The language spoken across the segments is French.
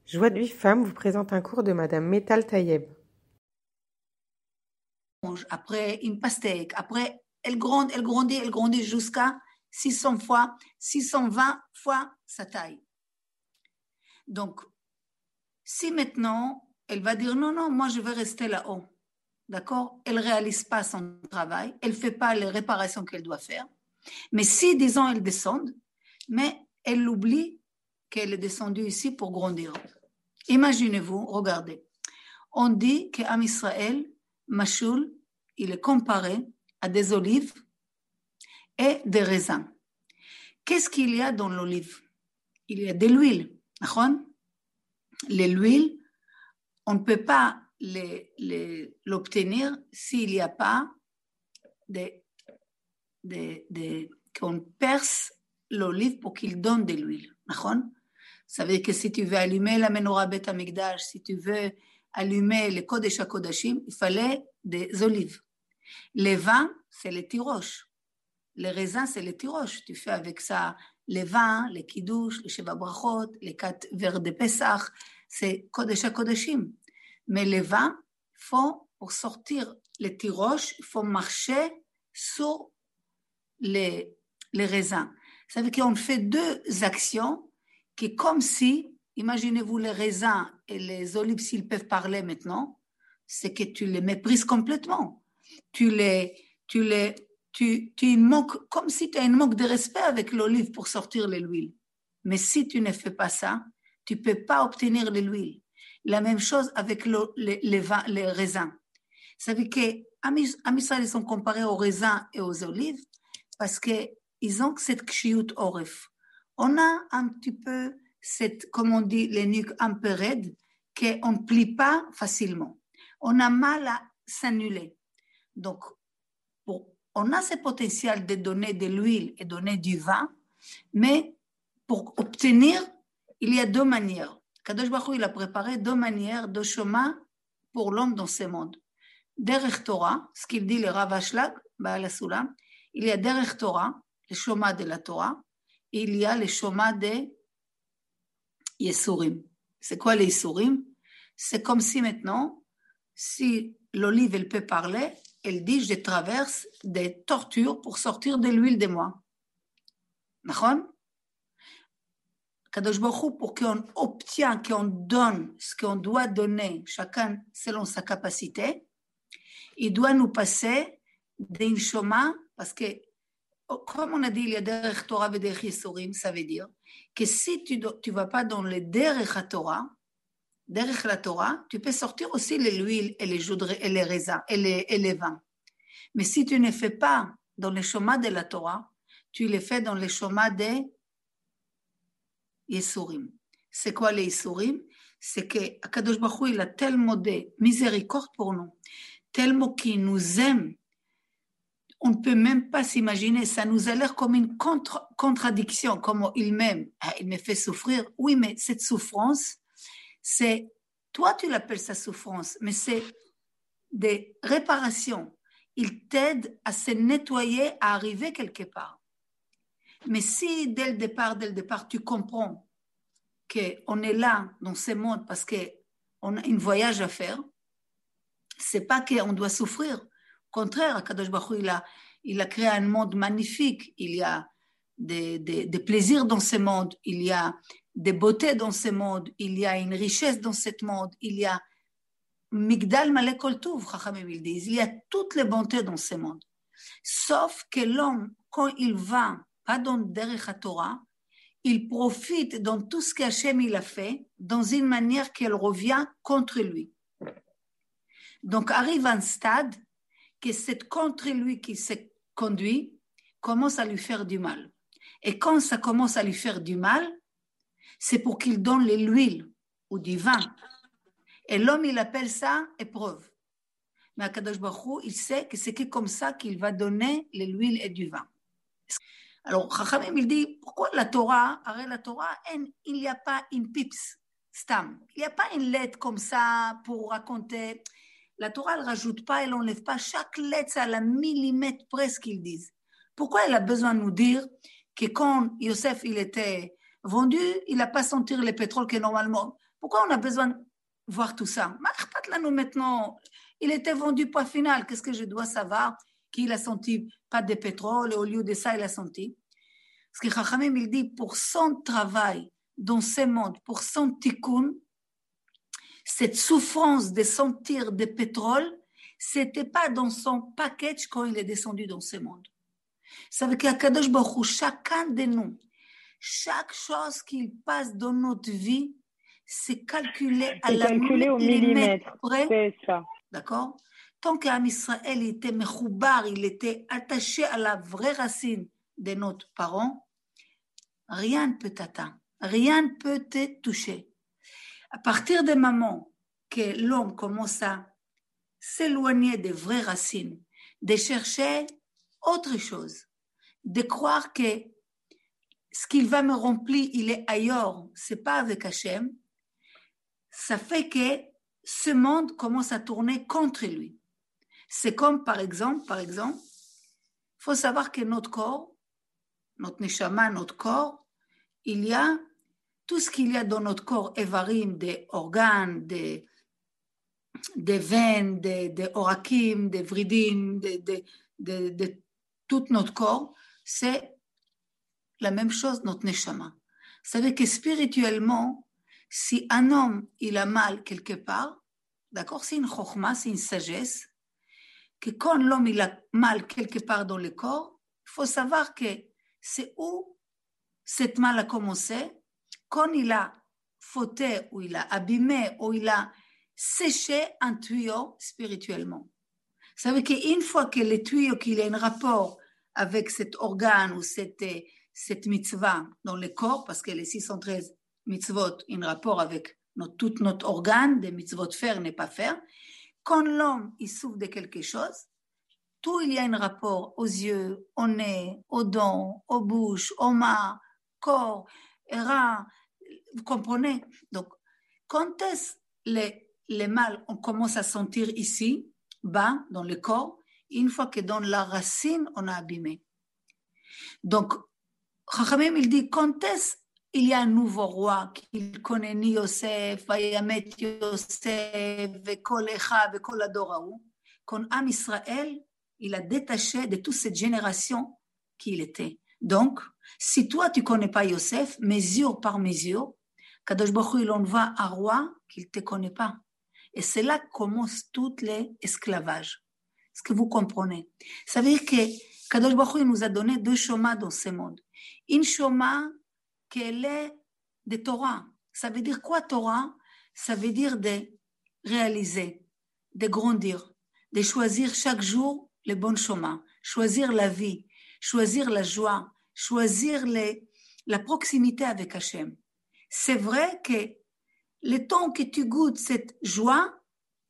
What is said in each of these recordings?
Joie de Vive Femme vous présente un cours de Madame Metal Tayeb. Après une pastèque, après elle grandit jusqu'à 600 fois, 620 fois sa taille. Donc, si maintenant elle va dire non, moi je vais rester là-haut, d'accord? Elle ne réalise pas son travail, elle ne fait pas les réparations qu'elle doit faire. Mais si, disons, elle descend, mais elle oublie qu'elle est descendue ici pour grandir. Imaginez-vous, regardez. On dit qu'Am Israël, Machoul, il est comparé à des olives et des raisins. Qu'est-ce qu'il y a dans l'olive? Il y a de l'huile. L'huile, on ne peut pas l'obtenir s'il n'y a pas qu'on perce l'olive pour qu'il donne de l'huile. Ça veut dire que si tu veux allumer la menorah Bet Hamikdash, si tu veux allumer les Kodesh HaKodashim, il fallait des olives. Les vins, c'est les tiroches. Les raisins, c'est les tiroches. Tu fais avec ça les vins, les kiddush, les sheva brachot, les 4 verres de Pessah, c'est Kodesh HaKodashim. Mais les vins, pour sortir les tiroches, il faut marcher sur les raisins. Ça veut dire qu'on fait deux actions qui, comme si, imaginez-vous les raisins et les olives, s'ils peuvent parler maintenant, c'est que tu les méprises complètement. Tu manques, comme si tu as une manque de respect avec l'olive pour sortir l'huile. Mais si tu ne fais pas ça, tu ne peux pas obtenir l'huile. La même chose avec les raisins. Ça veut dire qu'Am Israël, ils sont comparés aux raisins et aux olives parce qu'ils ont cette kshiyut oref. On a un petit peu cette, comme on dit, les nuques un peu raides, qu'on ne plie pas facilement. On a mal à s'annuler. Donc, on a ce potentiel de donner de l'huile et donner du vin, mais pour obtenir, il y a deux manières. Kadosh Baruch Hu, il a préparé deux manières, deux chemins pour l'homme dans ce monde. Derech Torah, ce qu'il dit le Rav Ashlag, Baal HaSulam, il y a Derech Torah, le chemin de la Torah, et il y a le chemin des Yesurim. C'est quoi les Yesurim? C'est comme si maintenant, si l'olive, elle peut parler, elle dit, je traverse des tortures pour sortir de l'huile de moi. D'accord? Kadosh Baruch Hu, pour qu'on obtienne, qu'on donne ce qu'on doit donner, chacun selon sa capacité, il doit nous passer d'un chemin, parce que, comme on a dit, il y a derech Torah et derech Yesurim, ça veut dire que si tu ne vas pas dans le derech Torah, derech la Torah, tu peux sortir aussi l'huile et les jus et les raisins et les vins. Mais si tu ne fais pas dans le chemin de la Torah, tu les fais dans le chemin des Yesurim. C'est quoi les Yesurim? C'est que Akadosh Baruch Hu, il a tellement de miséricorde pour nous, tellement qu'il nous aime, on ne peut même pas s'imaginer, ça nous a l'air comme une contradiction, comme il m'aime, il me fait souffrir. Oui, mais cette souffrance, c'est, toi tu l'appelles sa souffrance, mais c'est des réparations. Il t'aide à se nettoyer, à arriver quelque part. Mais si dès le départ, tu comprends qu'on est là dans ce monde parce qu'on a un voyage à faire, c'est pas qu'on doit souffrir. Au contraire, Kadosh Baruch Hu, il a créé un monde magnifique. Il y a des plaisirs dans ce monde, il y a des beautés dans ce monde, il y a une richesse dans ce monde, il y a Migdal Malek Kol Tuv, Chachamim ils disent, il y a toutes les bontés dans ce monde. Sauf que l'homme, quand il va pas dans Derech Torah, il profite dans tout ce qu'Hachem il a fait, dans une manière qu'elle revient contre lui. Donc arrive un stade que c'est contre lui qui se conduit, commence à lui faire du mal. Et quand ça commence à lui faire du mal, c'est pour qu'il donne l'huile ou du vin. Et l'homme, il appelle ça épreuve. Mais Akadosh Baruch Hu, il sait que c'est comme ça qu'il va donner l'huile et du vin. Alors, Chachamim, il dit, pourquoi la Torah, arrête la Torah, il n'y a pas une pips, stam. Il n'y a pas une lettre comme ça pour raconter. La Torah, elle ne rajoute pas, elle n'enlève pas. Chaque lettre, c'est à la millimètre presque qu'ils disent. Pourquoi elle a besoin de nous dire que quand Yosef, il était vendu, il n'a pas senti le pétrole que normalement, Pourquoi on a besoin de voir tout ça? Maintenant, il était vendu point final. Qu'est-ce que je dois savoir? Qu'il a senti pas de pétrole et au lieu de ça, il a senti. Parce que Chachamim, il dit, pour son travail dans ce monde, pour son tikkun, cette souffrance de sentir de pétrole, c'était pas dans son package quand il est descendu dans ce monde. Ça veut dire qu'Akadosh Baruch Hu, chacun de nous, chaque chose qu'il passe dans notre vie, c'est calculé à la au millimètre près. C'est ça. D'accord? Tant qu'Am Israël était mechoubar, il était attaché à la vraie racine de notre parent, rien ne peut t'atteindre, rien ne peut te toucher. À partir du moment que l'homme commence à s'éloigner des vraies racines, de chercher autre chose, de croire que ce qu'il va me remplir, il est ailleurs, c'est pas avec Hachem, ça fait que ce monde commence à tourner contre lui. C'est comme, par exemple, il faut savoir que notre corps, notre neshama, notre corps, il y a tout ce qu'il y a dans notre corps, évarim, des organes, des veines, des orakim, des vridim, de tout notre corps, c'est la même chose, notre neshama. Vous savez que spirituellement, si un homme, il a mal quelque part, d'accord, c'est une chokhma, c'est une sagesse, que quand l'homme, il a mal quelque part dans le corps, il faut savoir que c'est où cette mal a commencé, quand il a fauté, ou il a abîmé, ou il a séché un tuyau spirituellement. Vous savez qu'une fois que le tuyau, qu'il a un rapport avec cet organe ou cette mitzvah dans le corps, parce que les 613 mitzvot ont un rapport avec tout notre organe, des mitzvot faire, ne pas faire, quand l'homme il souffre de quelque chose, tout il y a un rapport aux yeux, au nez, aux dents, aux bouches, aux mains, corps, reins, vous comprenez? Donc, quand est-ce les mal, on commence à sentir ici, bas, dans le corps, une fois que dans la racine, on a abîmé. Donc, Chachamim, il dit, quand est-ce il y a un nouveau roi qui connaît ni Yosef, Vayamet Yosef, Vekol Echa, Vekol Adoraou, quand Am Israël, il a détaché de toute cette génération qu'il était. Donc, si toi, tu ne connais pas Yosef, mesure par mesure, Kadosh Baruch Hu, il envoie un roi qu'il ne te connaît pas. Et c'est là que commence tout l'esclavage. Est-ce que vous comprenez? Ça veut dire que Kadosh Baruch Hu nous a donné deux chemins dans ce monde. Une chemin qu'elle est de Torah. Ça veut dire quoi Torah? Ça veut dire de réaliser, de grandir, de choisir chaque jour le bon chemin, choisir la vie, choisir la joie, choisir la proximité avec Hachem. C'est vrai que le temps que tu goûtes cette joie,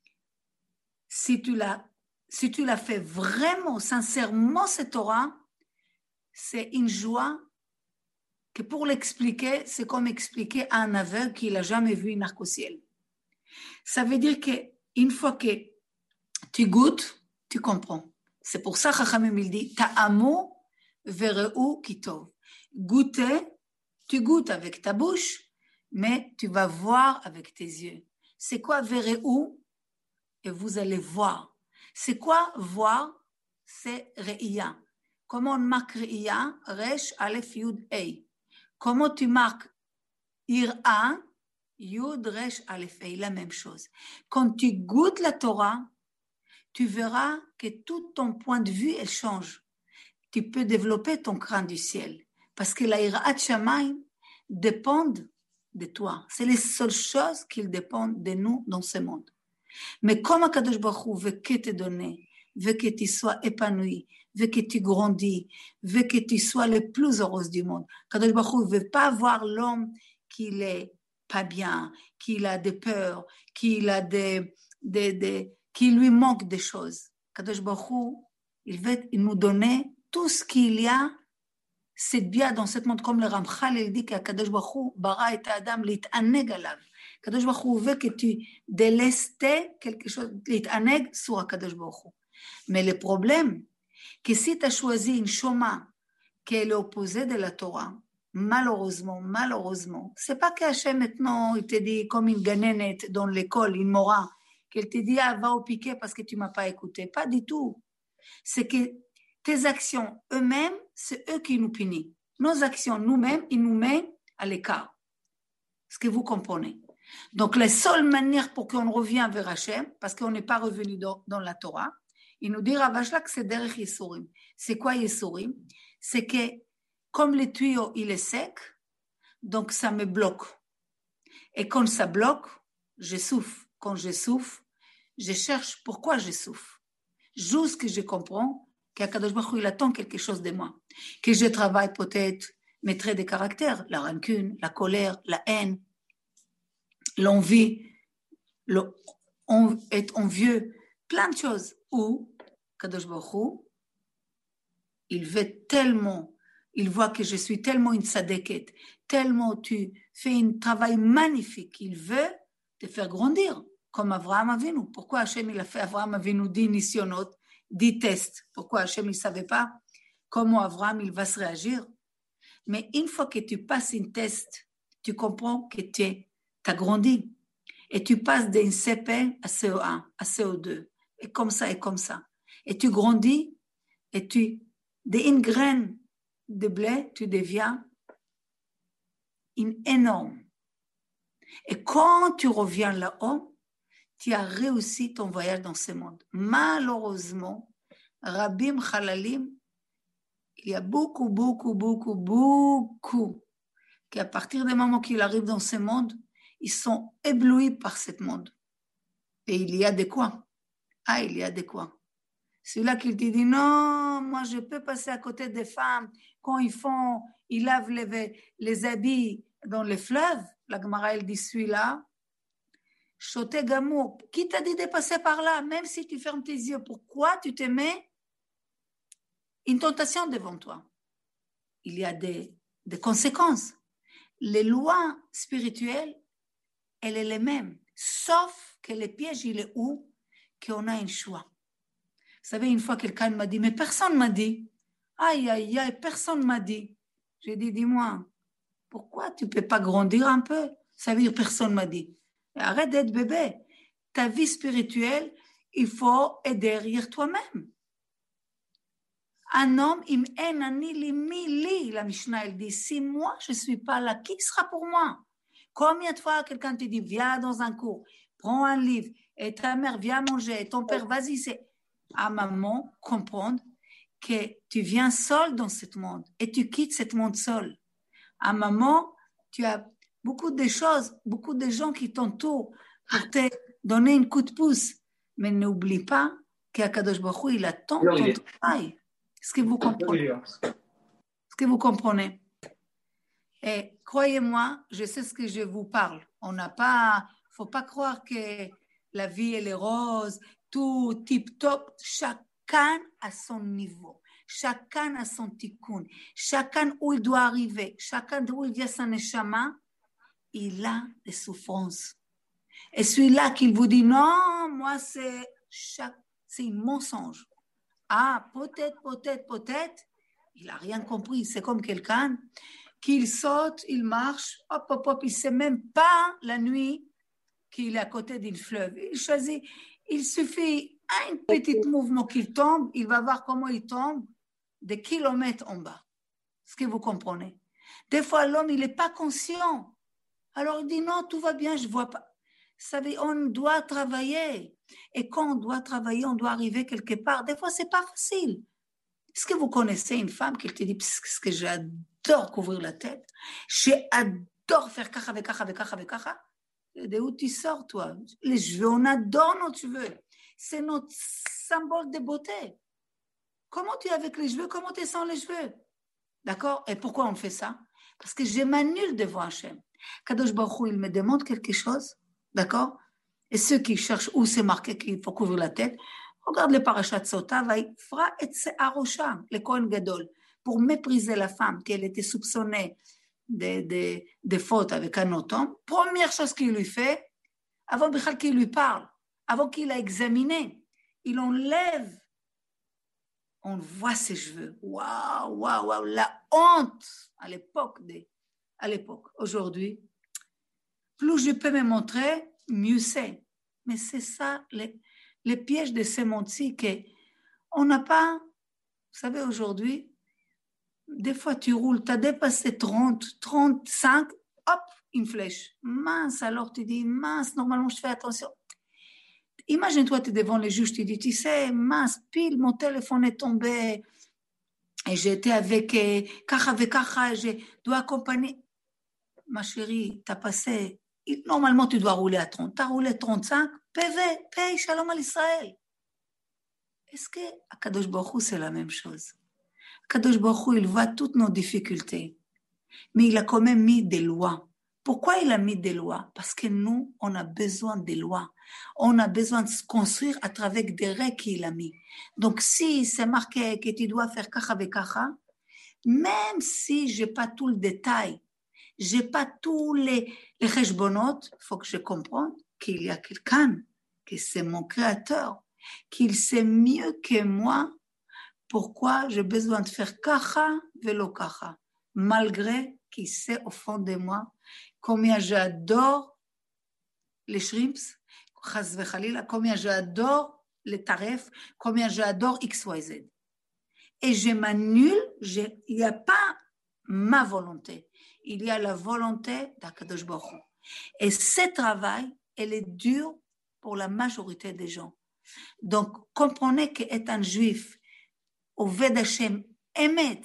si tu la fais vraiment, sincèrement, cette Torah, c'est une joie que pour l'expliquer, c'est comme expliquer à un aveugle qui n'a jamais vu un arc-en-ciel. Ça veut dire qu'une fois que tu goûtes, tu comprends. C'est pour ça que Chachamim il dit Ta'amu vere'u kitov. Goûter, tu goûtes avec ta bouche, mais tu vas voir avec tes yeux. C'est quoi vere'u? Et vous allez voir. C'est quoi voir? C'est re'ia. Comment on marque re'ia? Resh, Aleph, Yud, Ei. Comment tu marques Ira? Yud, Resh, Aleph, Ei. La même chose. Quand tu goûtes la Torah, tu verras que tout ton point de vue, elle change. Tu peux développer ton crainte du ciel. Parce que la Irat Shamayim dépend de toi. C'est les seules choses qui dépendent de nous dans ce monde. Mais comme Akadosh Baruch Hu veut que te donner, veut que tu sois épanoui, veut que tu grandis, veut que tu sois le plus heureuse du monde. Akadosh Baruch Hu ne veut pas voir l'homme qui n'est pas bien, qu'il a des peurs, qu'il a qui lui manque des choses. Akadosh Baruch Hu, il veut nous donner tout ce qu'il y a, c'est bien dans ce monde, comme le Ramchal, il dit qu'Akadosh Baruch Hu bara et Adam l'it'aneg alav. Akadosh Baruch Hu veut que tu délestes quelque chose, l'it'aneg sur Akadosh Baruch Hu. Mais le problème, que si tu as choisi une chemin qui est l'opposé de la Torah, malheureusement, c'est pas qu'Hachem maintenant, il te dit comme une ganenette dans l'école, une mora, qu'elle te dit, ah, va au piquet parce que tu m'as pas écouté. Pas du tout. C'est que tes actions eux-mêmes, c'est eux qui nous punissent. Nos actions nous-mêmes, ils nous mettent à l'écart. Est-ce que vous comprenez? Donc, la seule manière pour qu'on revienne vers Hachem, parce qu'on n'est pas revenu dans la Torah, il nous dit, Ravashla, que c'est derrière Yesourim. C'est quoi Yesourim? C'est que, comme le tuyau, il est sec, donc ça me bloque. Et quand ça bloque, je souffre. Quand je souffre, je cherche pourquoi je souffre. Juste que je comprends qu'Akadosh Baruch Hu, il attend quelque chose de moi. Que je travaille peut-être mes traits de caractère, la rancune, la colère, la haine, l'envie, être envieux, plein de choses. Ou, Akadosh Baruch Hu, il veut tellement, il voit que je suis tellement une sadeket, tellement tu fais un travail magnifique, il veut te faire grandir, comme Avraham Avinu. Pourquoi Hachem il a fait Avraham Avinu 10 nissionnot, 10 tests? Pourquoi Hachem il ne savait pas comment Avraham il va se réagir? Mais une fois que tu passes un test, tu comprends que tu as grandi. Et tu passes d'un CP à CO1, à CO2, et comme ça, et comme ça. Et tu grandis, et d'une graine de blé, tu deviens une énorme. Et quand tu reviens là-haut, tu as réussi ton voyage dans ce monde. Malheureusement, Rabim Chalalim, il y a beaucoup, qu'à partir du moment qu'il arrive dans ce monde, ils sont éblouis par ce monde. Et il y a de quoi. Ah, il y a de quoi. Celui-là qui te dit, non, moi je peux passer à côté des femmes quand ils lavent les habits dans les fleuves. La Gemara, elle dit celui-là, Choté Gamour, qui t'a dit de passer par là, même si tu fermes tes yeux, pourquoi tu te mets une tentation devant toi? Il y a des conséquences. Les lois spirituelles, elles sont les mêmes, sauf que le piège, il est où? Qu'on a un choix. Vous savez, une fois, quelqu'un m'a dit, mais personne m'a dit. Aïe, personne m'a dit. J'ai dit, dis-moi, pourquoi tu ne peux pas grandir un peu? Ça veut dire, personne m'a dit. Arrête d'être bébé. Ta vie spirituelle, il faut être derrière toi-même. Un homme, la Mishnah, elle dit, si moi, je ne suis pas là, qui sera pour moi? Combien de fois quelqu'un te dit, viens dans un cours, prends un livre, et ta mère vient manger, et ton père, vas-y, c'est... À maman, comprendre que tu viens seul dans ce monde, et tu quittes ce monde seul. À maman, tu as beaucoup de choses, beaucoup de gens qui t'entourent pour te donner un coup de pouce. Mais n'oublie pas qu'Akadosh Baruch Hu, il attend ton travail. Est-ce que vous comprenez? Est-ce que vous comprenez? Et croyez-moi, je sais ce que je vous parle. Faut pas croire que la vie, elle est rose, tout tip-top. Chacun à son niveau. Chacun a son tikkun. Chacun où il doit arriver. Chacun d'où il vient son neshama, il a des souffrances. Et celui-là qui vous dit non, moi c'est un mensonge. Ah, peut-être, il n'a rien compris. C'est comme quelqu'un qui saute, il marche, hop, il ne sait même pas la nuit qu'il est à côté d'une fleuve. Il choisit, il suffit un petit mouvement qu'il tombe, il va voir comment il tombe des kilomètres en bas. Est-ce que vous comprenez? Des fois, l'homme, il n'est pas conscient. Alors, il dit non, tout va bien, je ne vois pas. Vous savez, on doit travailler. Et quand on doit travailler, on doit arriver quelque part. Des fois, ce n'est pas facile. Est-ce que vous connaissez une femme qui te dit, parce que j'adore couvrir la tête, j'adore faire cacha. De où tu sors, toi? Les cheveux, on adore nos cheveux. C'est notre symbole de beauté. Comment tu es avec les cheveux? Comment tu es sans les cheveux? D'accord? Et pourquoi on fait ça? Parce que je m'annule devant Hachem. Kadosh Baruch Hu, il me demande quelque chose. D'accord? Et ceux qui cherchent où c'est marqué qu'il faut couvrir la tête, regarde le parashat Sota, Vaïfra et Se'arosha, le Kohen Gadol, pour mépriser la femme, qu'elle était soupçonnée de fautes avec un autre homme. Première chose qu'il lui fait, avant qu'il lui parle, avant qu'il l'a examiné, il enlève on voit ses cheveux. Waouh, waouh, waouh, la honte à l'époque. Aujourd'hui, plus je peux me montrer, mieux c'est. Mais c'est ça, les pièges de ce monde-ci qu'on n'a pas, vous savez, aujourd'hui, des fois tu roules, tu as dépassé 30, 35, hop, une flèche. Mince, alors tu dis, mince, normalement je fais attention. Imagine-toi, tu es devant les juges, tu dis, tu sais, mince, pile, mon téléphone est tombé, et j'étais avec Kacha avec Kacha, je dois accompagner. Ma chérie, tu as passé, normalement tu dois rouler à 30, tu as roulé 35, PV, paye, shalom à l'Israël. Est-ce que Akadosh Baruch Hu, c'est la même chose? Akadosh Baruch Hu, il voit toutes nos difficultés, mais il a quand même mis des lois. Pourquoi il a mis des lois? Parce que nous, on a besoin des lois. On a besoin de se construire à travers des règles qu'il a mis. Donc, si c'est marqué que tu dois faire kacha avec kacha, même si je n'ai pas tout le détail, je n'ai pas tous les cheshbonot, il faut que je comprenne qu'il y a quelqu'un, que c'est mon créateur, qu'il sait mieux que moi pourquoi j'ai besoin de faire kacha velo kacha, malgré qu'il sait au fond de moi combien j'adore les shrimps, combien j'adore les tarefs, combien j'adore XYZ. Et je m'annule, il n'y a pas ma volonté, il y a la volonté d'Akadosh Baruch Hu. Et ce travail, elle est dur pour la majorité des gens. Donc, comprenez qu'être un juif, au Vedachem, émet,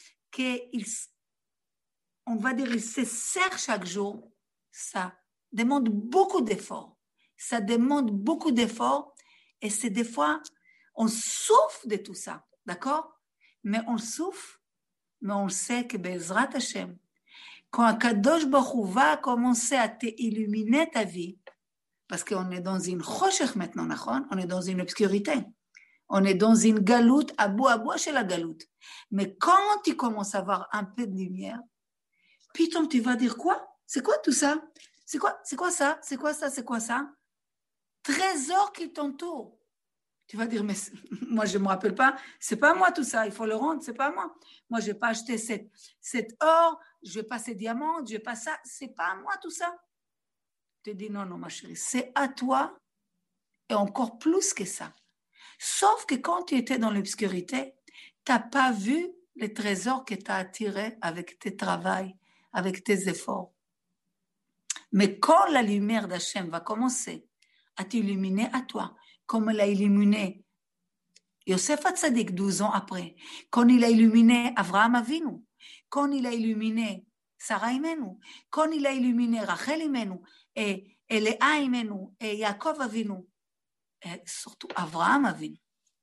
on va dire, il se sert chaque jour, ça demande beaucoup d'efforts. Ça demande beaucoup d'efforts et c'est des fois, on souffre de tout ça, d'accord? Mais on souffre, mais on sait que Bezrat Hashem, quand Akadosh Baruch Hu va commencer à t'illuminer ta vie, parce qu'on est dans une choshech maintenant, on est dans une obscurité. On est dans une galoute, à bout chez la galoute. Mais quand tu commences à avoir un peu de lumière, putain, tu vas dire quoi? C'est quoi tout ça? C'est quoi ça? C'est quoi ça? C'est quoi ça? Trésor qui t'entoure. Tu vas dire, mais moi, je ne me rappelle pas. C'est pas moi tout ça. Il faut le rendre. C'est pas moi. Moi, je n'ai pas acheté cet or. Je n'ai pas ces diamants. Je n'ai pas ça. C'est pas à moi tout ça. Tu te dis, non, ma chérie. C'est à toi et encore plus que ça. Sauf que quand tu étais dans l'obscurité, tu n'as pas vu les trésors que tu as attirés avec tes travails, avec tes efforts. Mais quand la lumière d'Hachem va commencer à t'illuminer à toi, comme elle a illuminé Yosef Hatzadik 12 ans après, quand il a illuminé Avraham Avinu, quand il a illuminé Sarah Imenu, quand il a illuminé Rachel Imenu, et Léa Imenu, et Yaakov Avinu, et surtout Avraham Avinu.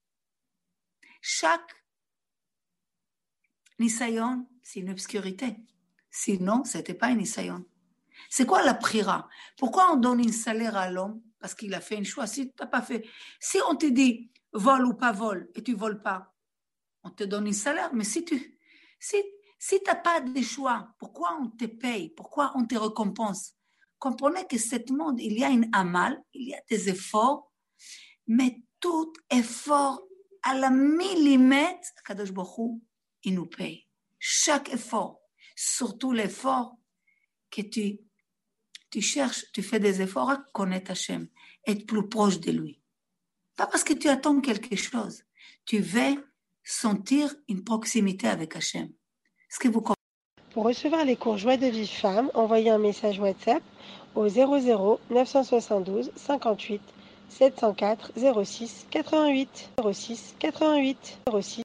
Chaque nisayon, c'est une obscurité. Sinon, ce n'était pas un nisayon. C'est quoi la prira? Pourquoi on donne un salaire à l'homme? Parce qu'il a fait un choix. Si tu n'as pas fait, si on te dit vol ou pas vol et tu ne voles pas, on te donne un salaire. Mais si tu n'as pas de choix, pourquoi on te paye? Pourquoi on te récompense? Comprenez que ce monde, il y a une amal, il y a des efforts, mais tout effort à la millimètre, Kadosh Baruch Hu, il nous paye. Chaque effort, surtout l'effort que tu cherches, tu fais des efforts à connaître Hachem, être plus proche de lui. Pas parce que tu attends quelque chose, tu veux sentir une proximité avec Hachem. Est-ce que vous comprenez? Pour recevoir les cours Joie de Vie Femme, envoyez un message WhatsApp au 00 972 58 704 06 88 06 88 06